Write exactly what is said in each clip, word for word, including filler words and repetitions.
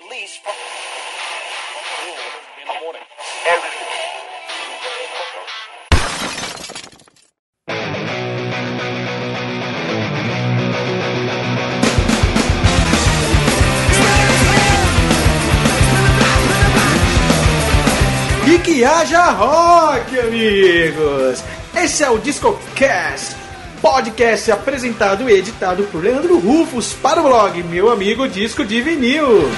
release from in the morning. E que haja rock, amigos! Esse é o DiscoCast, podcast apresentado e editado por Leandro Rufus para o blog Meu Amigo Disco de Vinil.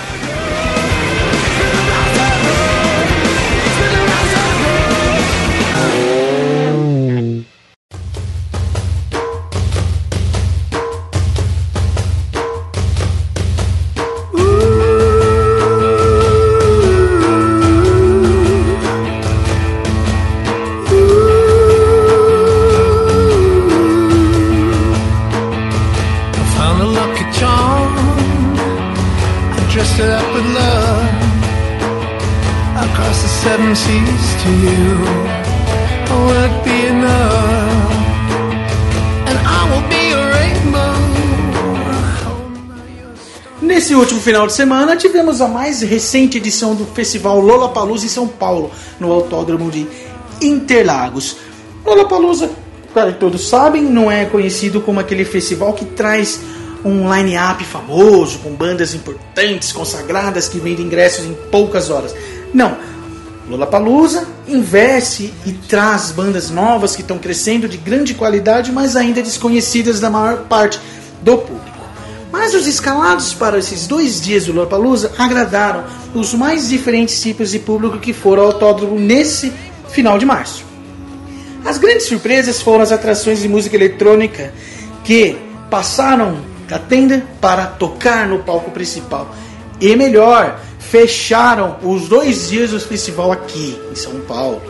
Nesse último final de semana tivemos a mais recente edição do festival Lollapalooza em São Paulo, no Autódromo de Interlagos. Lollapalooza, claro que todos sabem, não é conhecido como aquele festival que traz um line-up famoso, com bandas importantes, consagradas, que vendem ingressos em poucas horas. Não, Lollapalooza investe e traz bandas novas que estão crescendo de grande qualidade, mas ainda desconhecidas da maior parte do público. Mas os escalados para esses dois dias do Lollapalooza agradaram os mais diferentes tipos de público que foram ao autódromo nesse final de março. As grandes surpresas foram as atrações de música eletrônica que passaram da tenda para tocar no palco principal. E melhor, fecharam os dois dias do festival aqui em São Paulo.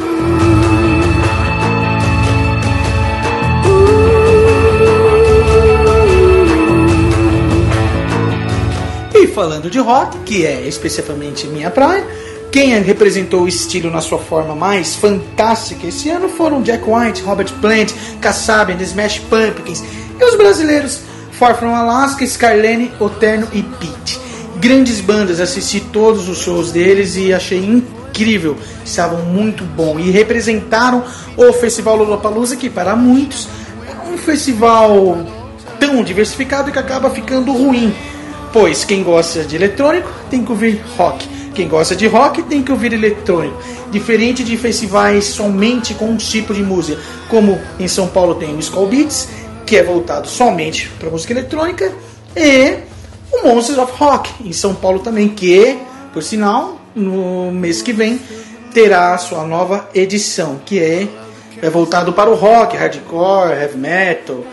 E falando de rock, que é especificamente minha praia, quem representou o estilo na sua forma mais fantástica esse ano foram Jack White, Robert Plant, Kasabian, The Smash Pumpkins e os brasileiros Far From Alaska, Skyline, Oterno e Pete. Grandes bandas, assisti todos os shows deles e achei incrível, estavam muito bons e representaram o Festival Lollapalooza, que para muitos é um festival tão diversificado que acaba ficando ruim, pois quem gosta de eletrônico tem que ouvir rock, quem gosta de rock tem que ouvir eletrônico, diferente de festivais somente com um tipo de música, como em São Paulo tem o Skull Beats, que é voltado somente para música eletrônica, e o Monsters of Rock, em São Paulo também, que, por sinal, no mês que vem, terá a sua nova edição, que é, é voltado para o rock, hardcore, heavy metal,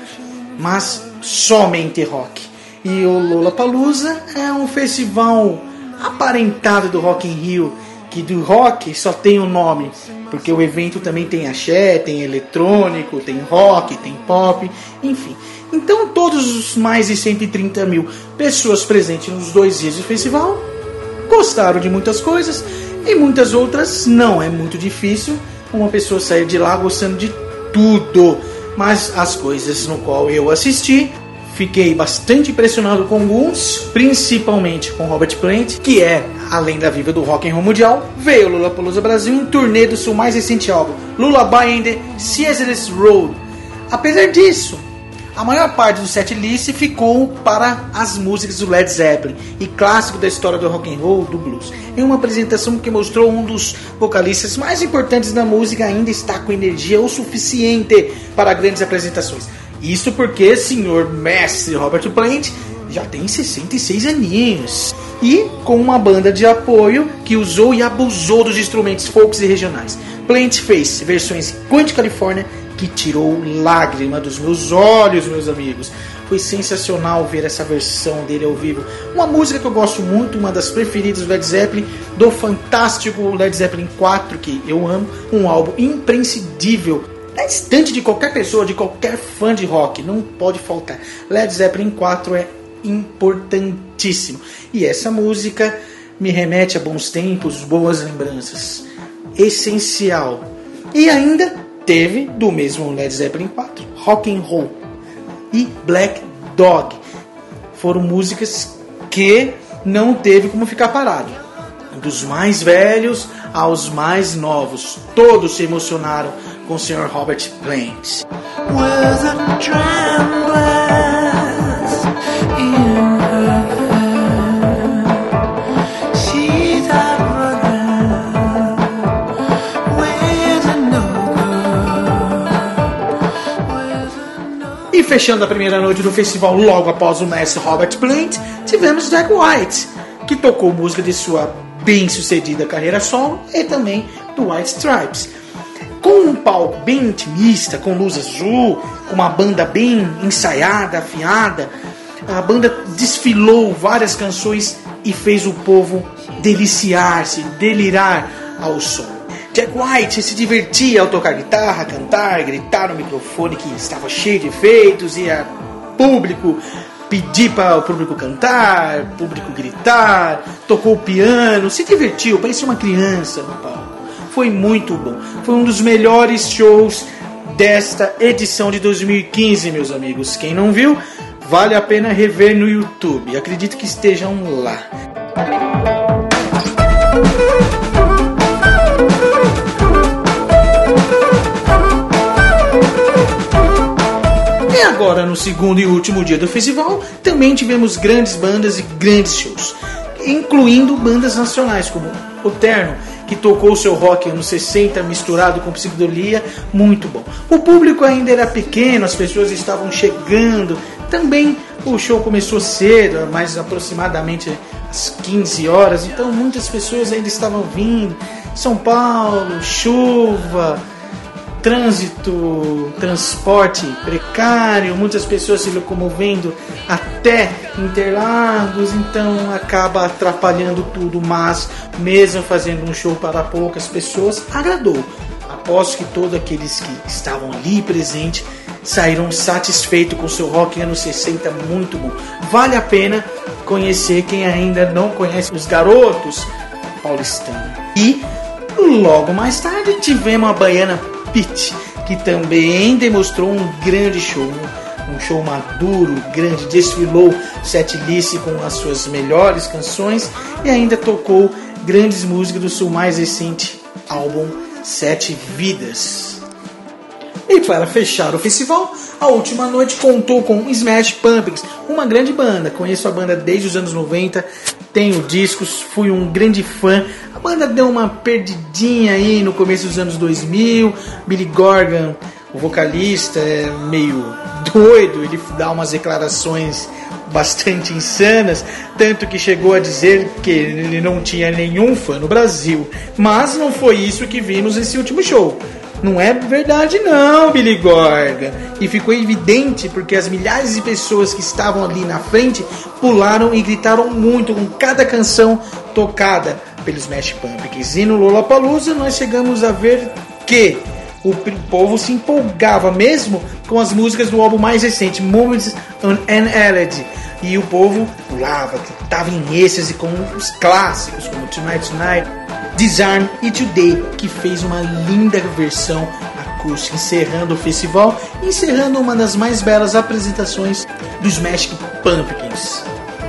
mas somente rock. E o Lollapalooza é um festival aparentado do Rock in Rio, que do rock só tem o nome, porque o evento também tem axé, tem eletrônico, tem rock, tem pop, enfim. Então todos os mais de cento e trinta mil pessoas presentes nos dois dias do festival gostaram de muitas coisas e muitas outras não. É muito difícil uma pessoa sair de lá gostando de tudo, mas as coisas no qual eu assisti, fiquei bastante impressionado com alguns, principalmente com Robert Plant, que é a lenda viva do rock and roll mundial. Veio o Lollapalooza Brasil em turnê do seu mais recente álbum, Lullaby in the Caesar's Road. Apesar disso, a maior parte do setlist ficou para as músicas do Led Zeppelin e clássico da história do rock and roll, do blues. Em uma apresentação que mostrou um dos vocalistas mais importantes da música ainda está com energia o suficiente para grandes apresentações. Isso porque senhor mestre Robert Plant já tem sessenta e seis aninhos e com uma banda de apoio que usou e abusou dos instrumentos folks e regionais. Plant fez versões em Quantum, Califórnia, que tirou lágrima dos meus olhos, meus amigos. Foi sensacional ver essa versão dele ao vivo. Uma música que eu gosto muito, uma das preferidas do Led Zeppelin, do fantástico Led Zeppelin quatro, que eu amo, um álbum imprescindível na estante de qualquer pessoa, de qualquer fã de rock, não pode faltar. Led Zeppelin quatro é importantíssimo. E essa música me remete a bons tempos, boas lembranças. Essencial. E ainda teve, do mesmo Led Zeppelin quatro, Rock and Roll e Black Dog. Foram músicas que não teve como ficar parado. Dos mais velhos aos mais novos, todos se emocionaram com o senhor Robert Plant. E fechando a primeira noite do festival, logo após o mestre Robert Plant, tivemos Jack White, que tocou música de sua bem-sucedida carreira solo e também do White Stripes. Com um palco bem intimista, com luz azul, com uma banda bem ensaiada, afiada, a banda desfilou várias canções e fez o povo deliciar-se, delirar ao som. Jack White se divertia ao tocar guitarra, cantar, gritar no microfone que estava cheio de efeitos, e a público pedir para o público cantar, público gritar, tocou piano, se divertiu, parecia uma criança no palco. Foi muito bom. Foi um dos melhores shows desta edição de dois mil e quinze, meus amigos. Quem não viu, vale a pena rever no YouTube. Acredito que estejam lá. E agora, no segundo e último dia do festival, também tivemos grandes bandas e grandes shows, incluindo bandas nacionais como o Terno, que tocou seu rock anos sessenta misturado com psicodelia, muito bom. O público ainda era pequeno, as pessoas estavam chegando, também o show começou cedo, mais aproximadamente às quinze horas, então muitas pessoas ainda estavam vindo. São Paulo, chuva, trânsito, transporte precário, muitas pessoas se locomovendo até Interlagos, então acaba atrapalhando tudo, mas mesmo fazendo um show para poucas pessoas, agradou. Aposto que todos aqueles que estavam ali presentes saíram satisfeitos com seu rock anos sessenta, muito bom. Vale a pena conhecer quem ainda não conhece os garotos paulistanos. E logo mais tarde tivemos a baiana Pitty, que também demonstrou um grande show, um show maduro, grande, desfilou setlist com as suas melhores canções e ainda tocou grandes músicas do seu mais recente álbum Sete Vidas. E para fechar o festival, a última noite contou com Smash Pumpkins, uma grande banda. Conheço a banda desde os anos noventa, tenho discos, fui um grande fã. A banda deu uma perdidinha aí no começo dos anos dois mil. Billy Corgan, o vocalista, é meio doido, ele dá umas declarações bastante insanas, tanto que chegou a dizer que ele não tinha nenhum fã no Brasil. Mas não foi isso que vimos nesse último show. Não é verdade não, Billy Corgan. E ficou evidente porque as milhares de pessoas que estavam ali na frente pularam e gritaram muito com cada canção tocada pelos Smash Pumpkins. E no Lollapalooza nós chegamos a ver que o povo se empolgava mesmo com as músicas do álbum mais recente, Moments on an Elegy. E o povo pulava, estava em êxtase com os clássicos como Tonight Tonight, Disarm e Today, que fez uma linda versão acústica, encerrando o festival, encerrando uma das mais belas apresentações dos Smash Pumpkins.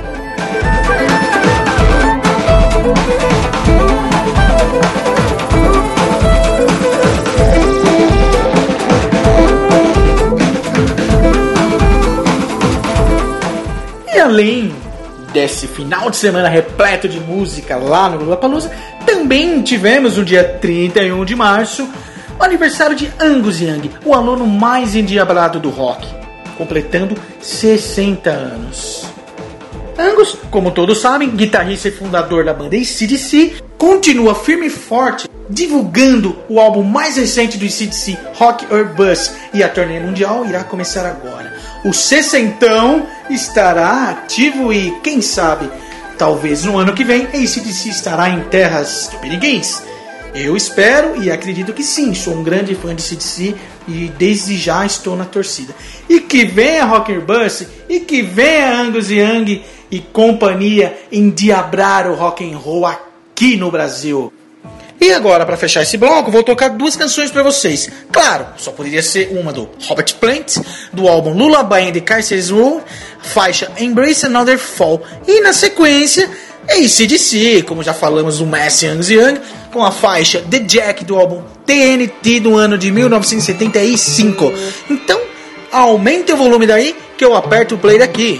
E além desse final de semana repleto de música lá no Lollapalooza, também tivemos no dia trinta e um de março o aniversário de Angus Young, o aluno mais endiabrado do rock, completando sessenta anos. Angus, como todos sabem, guitarrista e fundador da banda A C D C, continua firme e forte, divulgando o álbum mais recente do A C D C, Rock or Bust, e a turnê mundial irá começar agora. O sessentão estará ativo e, quem sabe, talvez no ano que vem, A C D C estará em terras tupiniquins. Eu espero e acredito que sim, sou um grande fã de A C D C e desde já estou na torcida. E que venha Rock or Bust, e que venha Angus Young e companhia endiabrar o rock and roll aqui no Brasil. E agora, para fechar esse bloco, vou tocar duas canções para vocês. Claro, só poderia ser uma do Robert Plant, do álbum Lullaby in the Kaiser's Road, faixa Embrace Another Fall. E na sequência, A C D C, como já falamos, o Mass Young Young, com a faixa The Jack do álbum T N T do ano de mil novecentos e setenta e cinco. Então, aumente o volume daí que eu aperto o play daqui.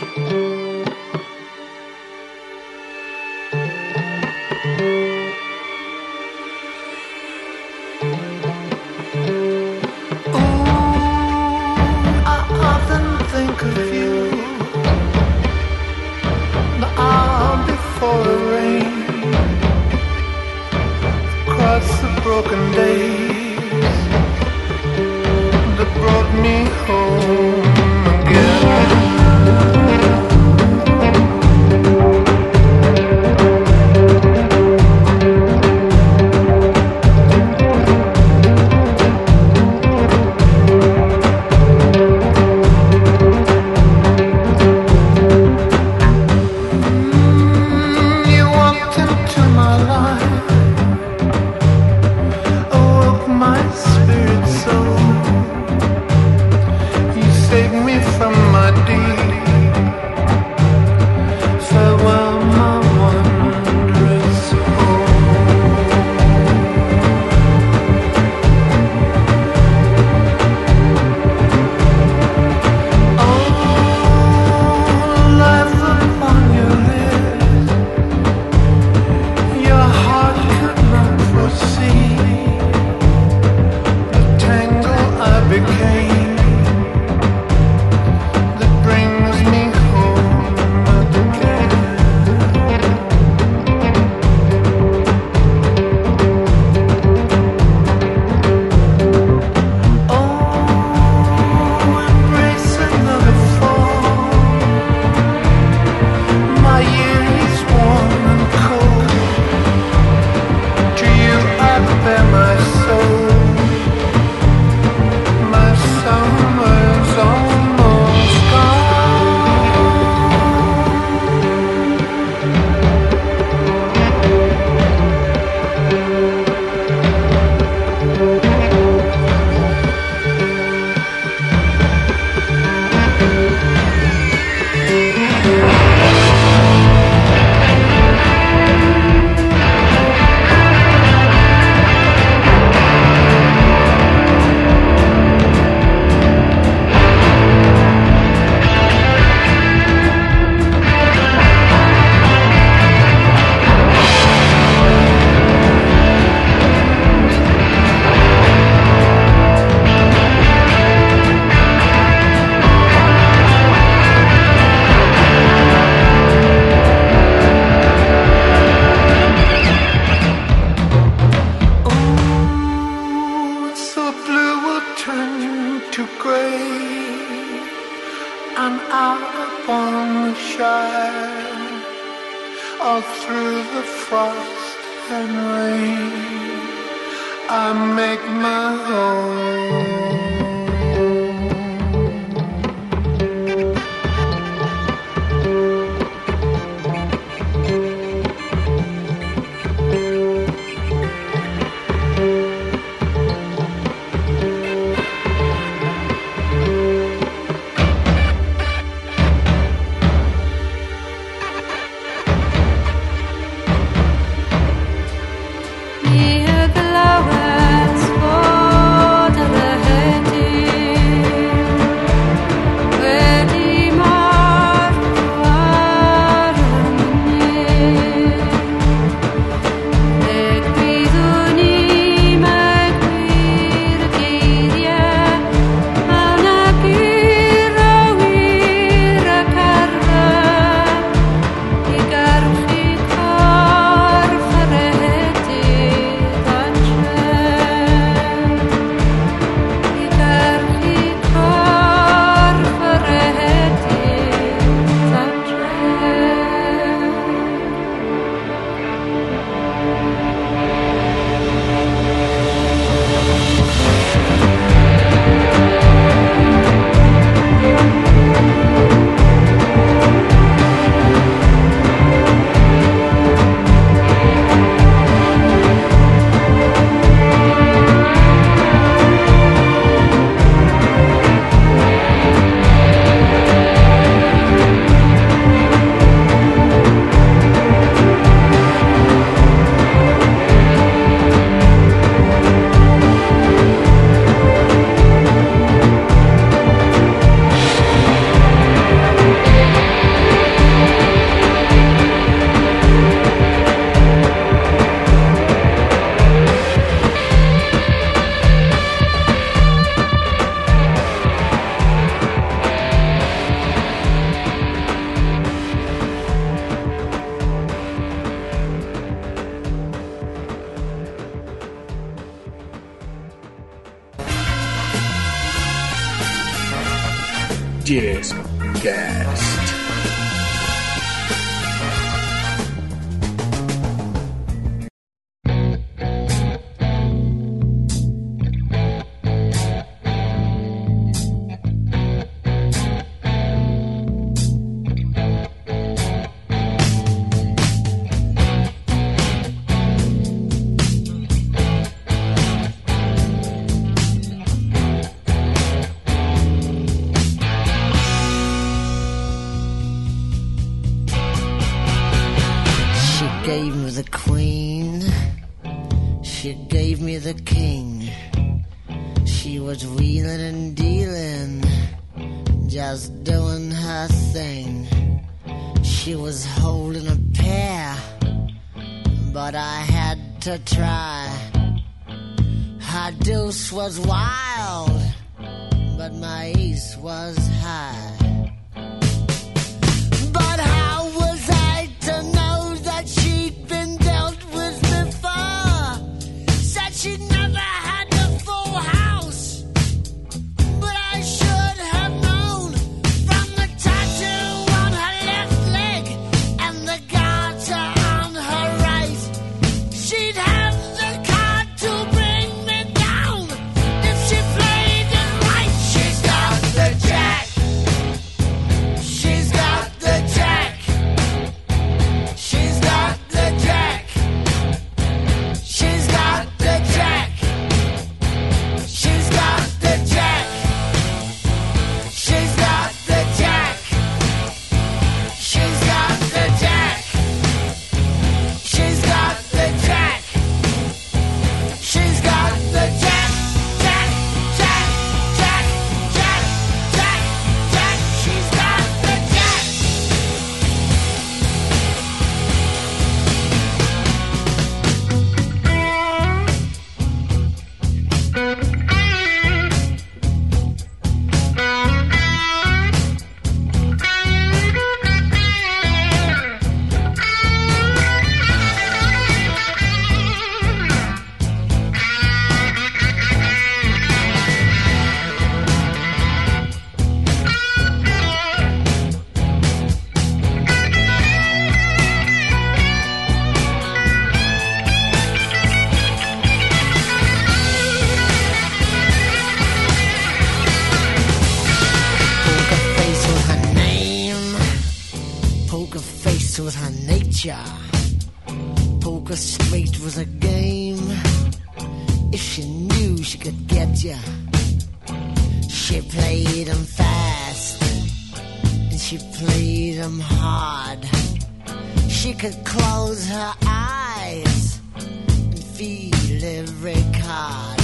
Broken days that brought me home again. Near the lowest, water the head. Disco Cast. Gave me the queen, she gave me the king. She was wheeling and dealing, just doing her thing. She was holding a pair, but I had to try. Her deuce was wild, but my ace was high. But how was I to know that she'd been dealt with before? Said she'd never had the full house, but I should have known from the tattoo on her left leg and the garter on her right. She'd have the card to bring me down if she played it right. She's got the jack. She's got the jack. She's got the jack. She's got the jack. She's got the jack. She's got the jack. She's got the jack. She's got the jack. She's got the jack. Jack, jack, jack, jack, jack, jack. She's got the jack. Poker face with her name, poker face with her nature. Poker straight was a game. If she knew she could get ya, she played 'em fast and she played 'em hard. She could close her eyes and feel every card.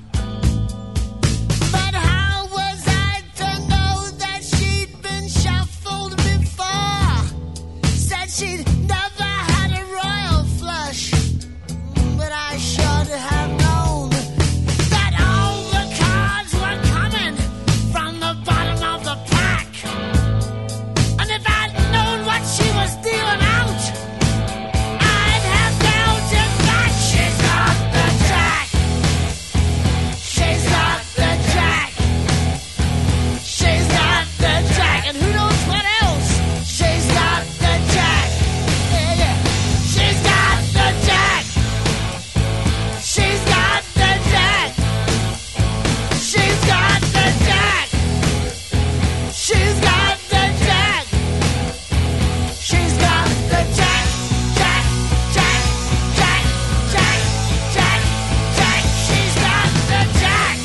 But how was I to know that she'd been shuffled before? Said she'd never had a royal flush, but I should have known that all the cards were coming from the bottom of the pack. And if I'd known what she was dealing out, I'd have dealt it back. She's got the jack. She's got the jack. She's got the jack. And who knows what else? She's got the jack. Yeah, yeah. She's got the jack. She's got the jack. She's got the jack. She's got the jack. She's got the jack. Jack, jack, jack, jack, jack, jack. She's got the jack.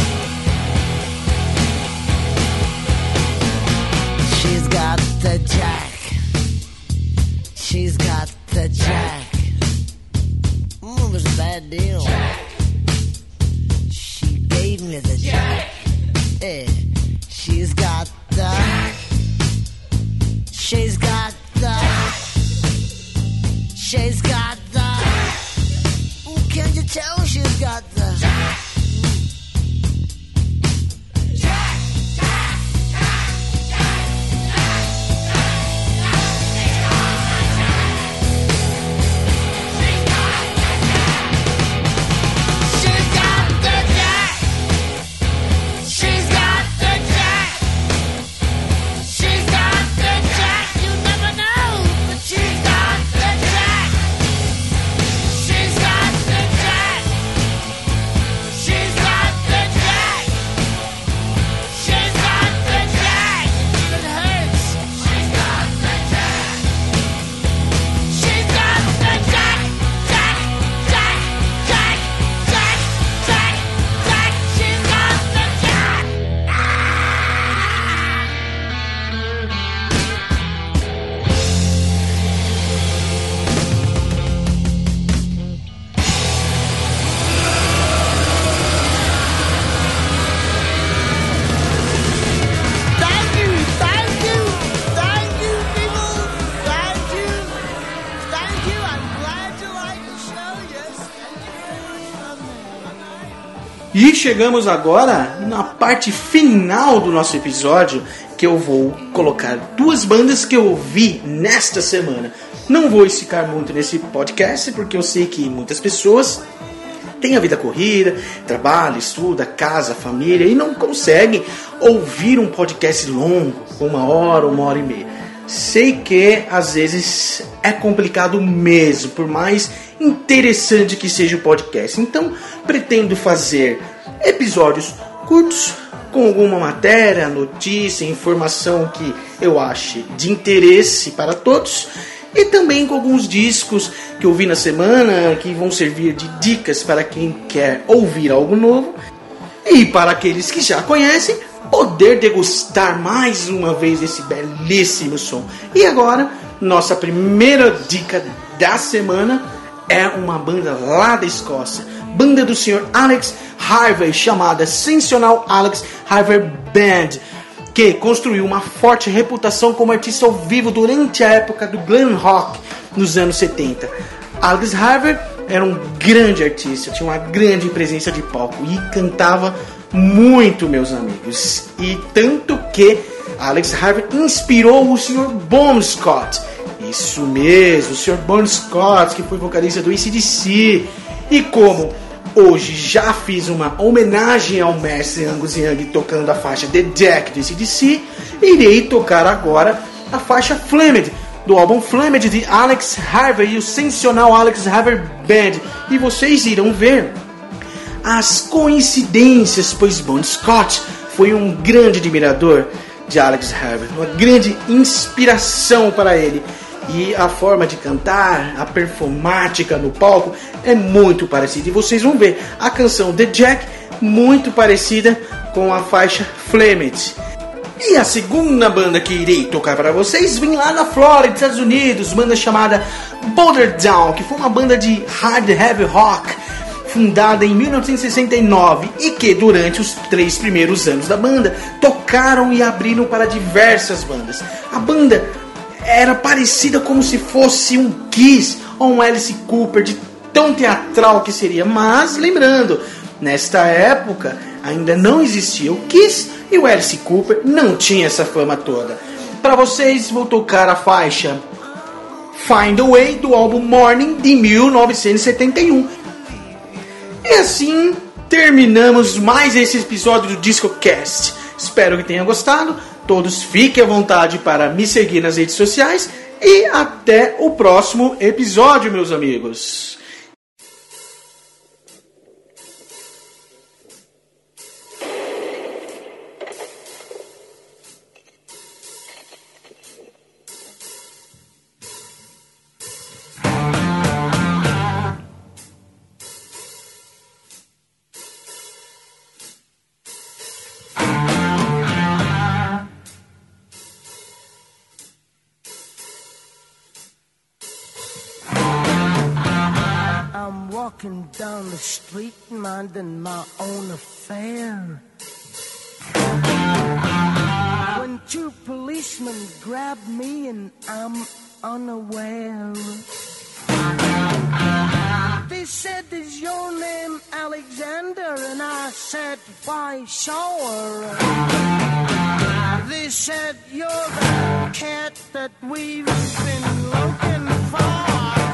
She's got the jack. She's got the jack. Mm, it was a bad deal. She gave me the jack. Yeah. She's got the. She's got the. She's got the. Ooh, can you tell she's got the? E chegamos agora na parte final do nosso episódio, que eu vou colocar duas bandas que eu ouvi nesta semana. Não vou esticar muito nesse podcast, porque eu sei que muitas pessoas têm a vida corrida, trabalho, estuda, casa, família, e não conseguem ouvir um podcast longo, uma hora, uma hora e meia. Sei que às vezes é complicado mesmo, por mais interessante que seja o podcast. Então, pretendo fazer episódios curtos, com alguma matéria, notícia, informação que eu ache de interesse para todos. E também com alguns discos que eu vi na semana, que vão servir de dicas para quem quer ouvir algo novo. E para aqueles que já conhecem, poder degustar mais uma vez esse belíssimo som. E agora, nossa primeira dica da semana é uma banda lá da Escócia. Banda do senhor Alex Harvey, chamada Sensational Alex Harvey Band, que construiu uma forte reputação como artista ao vivo durante a época do glam rock nos anos setenta. Alex Harvey era um grande artista, tinha uma grande presença de palco e cantava muito, meus amigos. E tanto que Alex Harvey inspirou o senhor Bon Scott. Isso mesmo, o senhor Bon Scott, que foi vocalista do A C D C. E como hoje já fiz uma homenagem ao mestre Angus Young tocando a faixa The Jack do A C D C, irei tocar agora a faixa Flamed, do álbum Flamed de Alex Harvey e o sensacional Alex Harvey Band. E vocês irão ver as coincidências, pois Bon Scott foi um grande admirador de Alex Harvey, uma grande inspiração para ele. E a forma de cantar, a performática no palco é muito parecida. E vocês vão ver a canção The Jack muito parecida com a faixa Flamed. E a segunda banda que irei tocar para vocês vem lá na Flórida, Estados Unidos, banda chamada Boulder Down, que foi uma banda de hard heavy rock fundada em mil novecentos e sessenta e nove e que durante os três primeiros anos da banda tocaram e abriram para diversas bandas. A banda era parecida como se fosse um Kiss ou um Alice Cooper, de tão teatral que seria. Mas lembrando, nesta época ainda não existia o Kiss e o Alice Cooper não tinha essa fama toda. Para vocês vou tocar a faixa Find a Way do álbum Morning de mil novecentos e setenta e um. E assim terminamos mais esse episódio do DiscoCast. Espero que tenha gostado. Todos fiquem à vontade para me seguir nas redes sociais. E até o próximo episódio, meus amigos. Walking down the street, minding my own affair, when two policemen grabbed me and I'm unaware. They said, "Is your name Alexander?" And I said, "Why, sure." They said, "You're the cat that we've been looking for."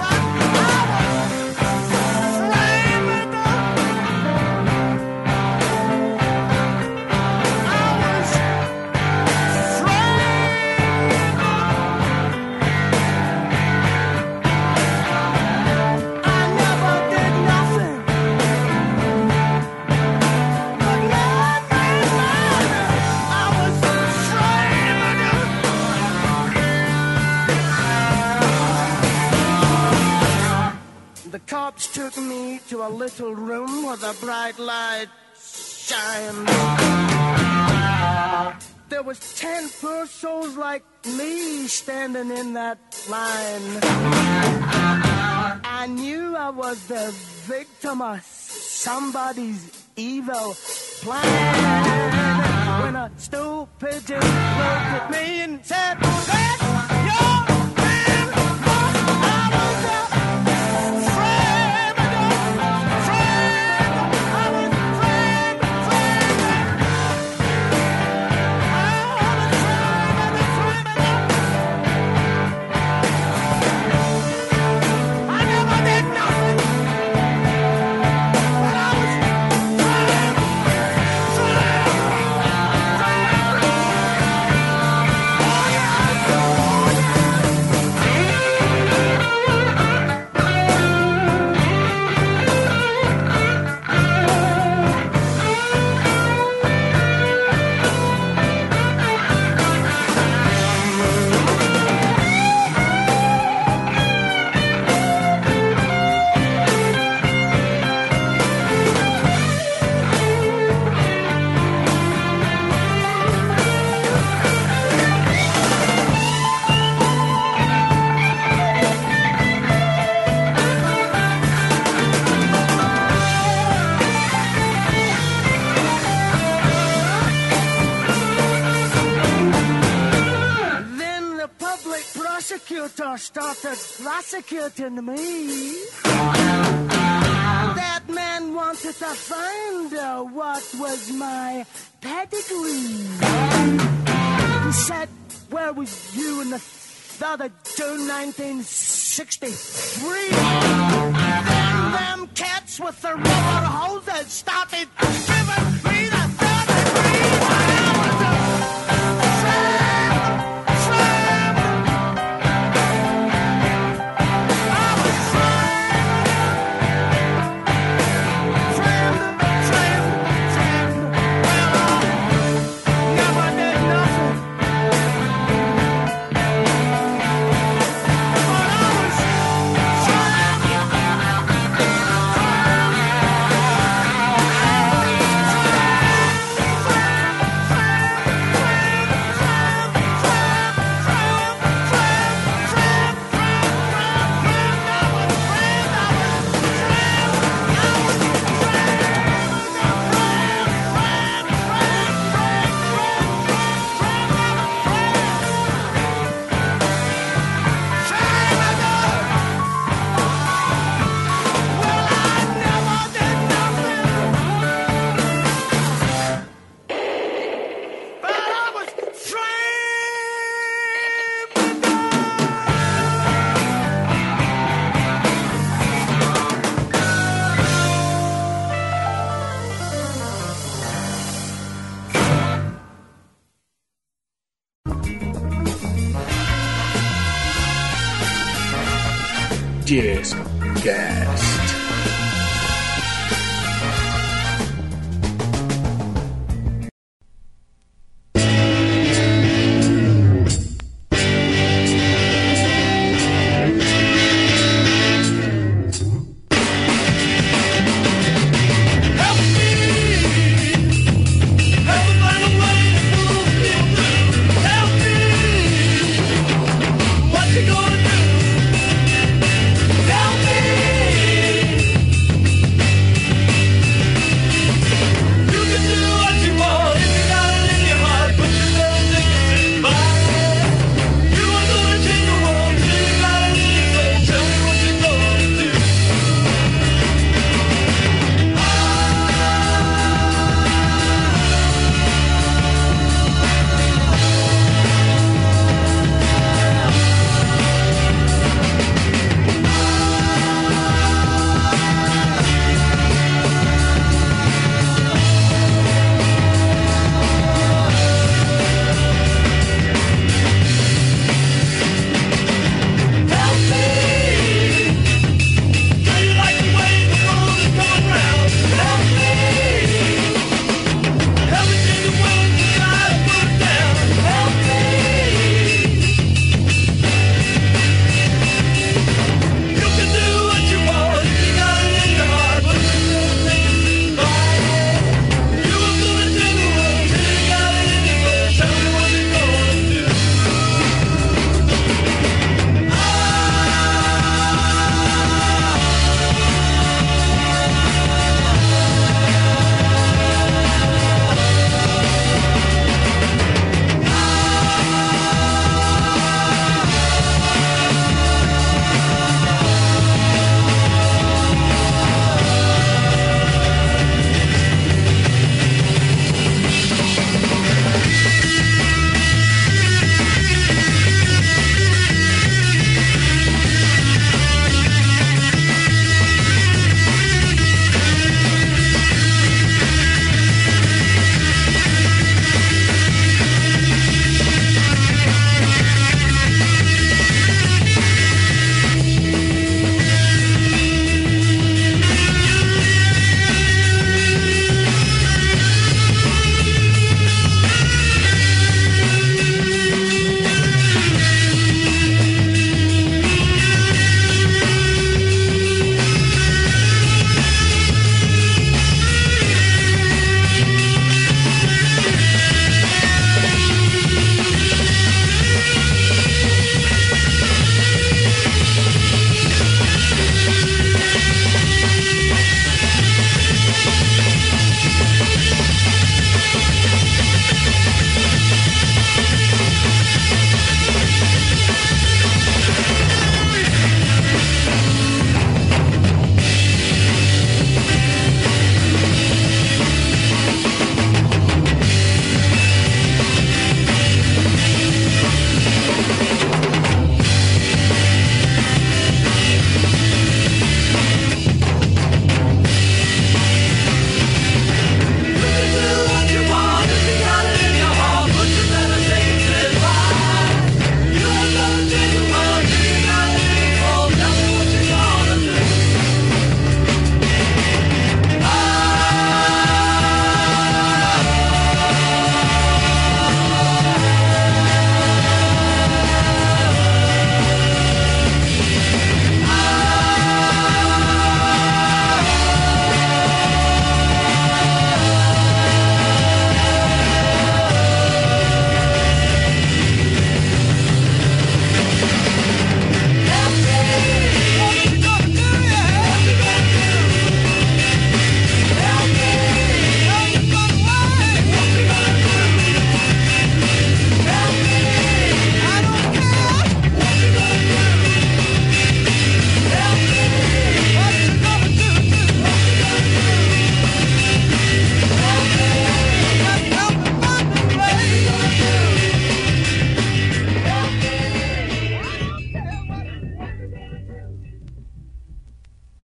Cops took me to a little room where the bright light shined. There was ten poor souls like me standing in that line. I knew I was the victim of somebody's evil plan when a stupid just looked at me and said, "That's your man." I was a frame, frame, I was frame. public prosecutor started prosecuting me. That man wanted to find out what was my pedigree. He said, where was you in the third of June nineteen sixty-three? Then them cats with the rubber hoses started giving me the third degree. I was a slam, slam. I was slam, slam, slam, slam. Well, I never did nothing. But I was slam, Discast.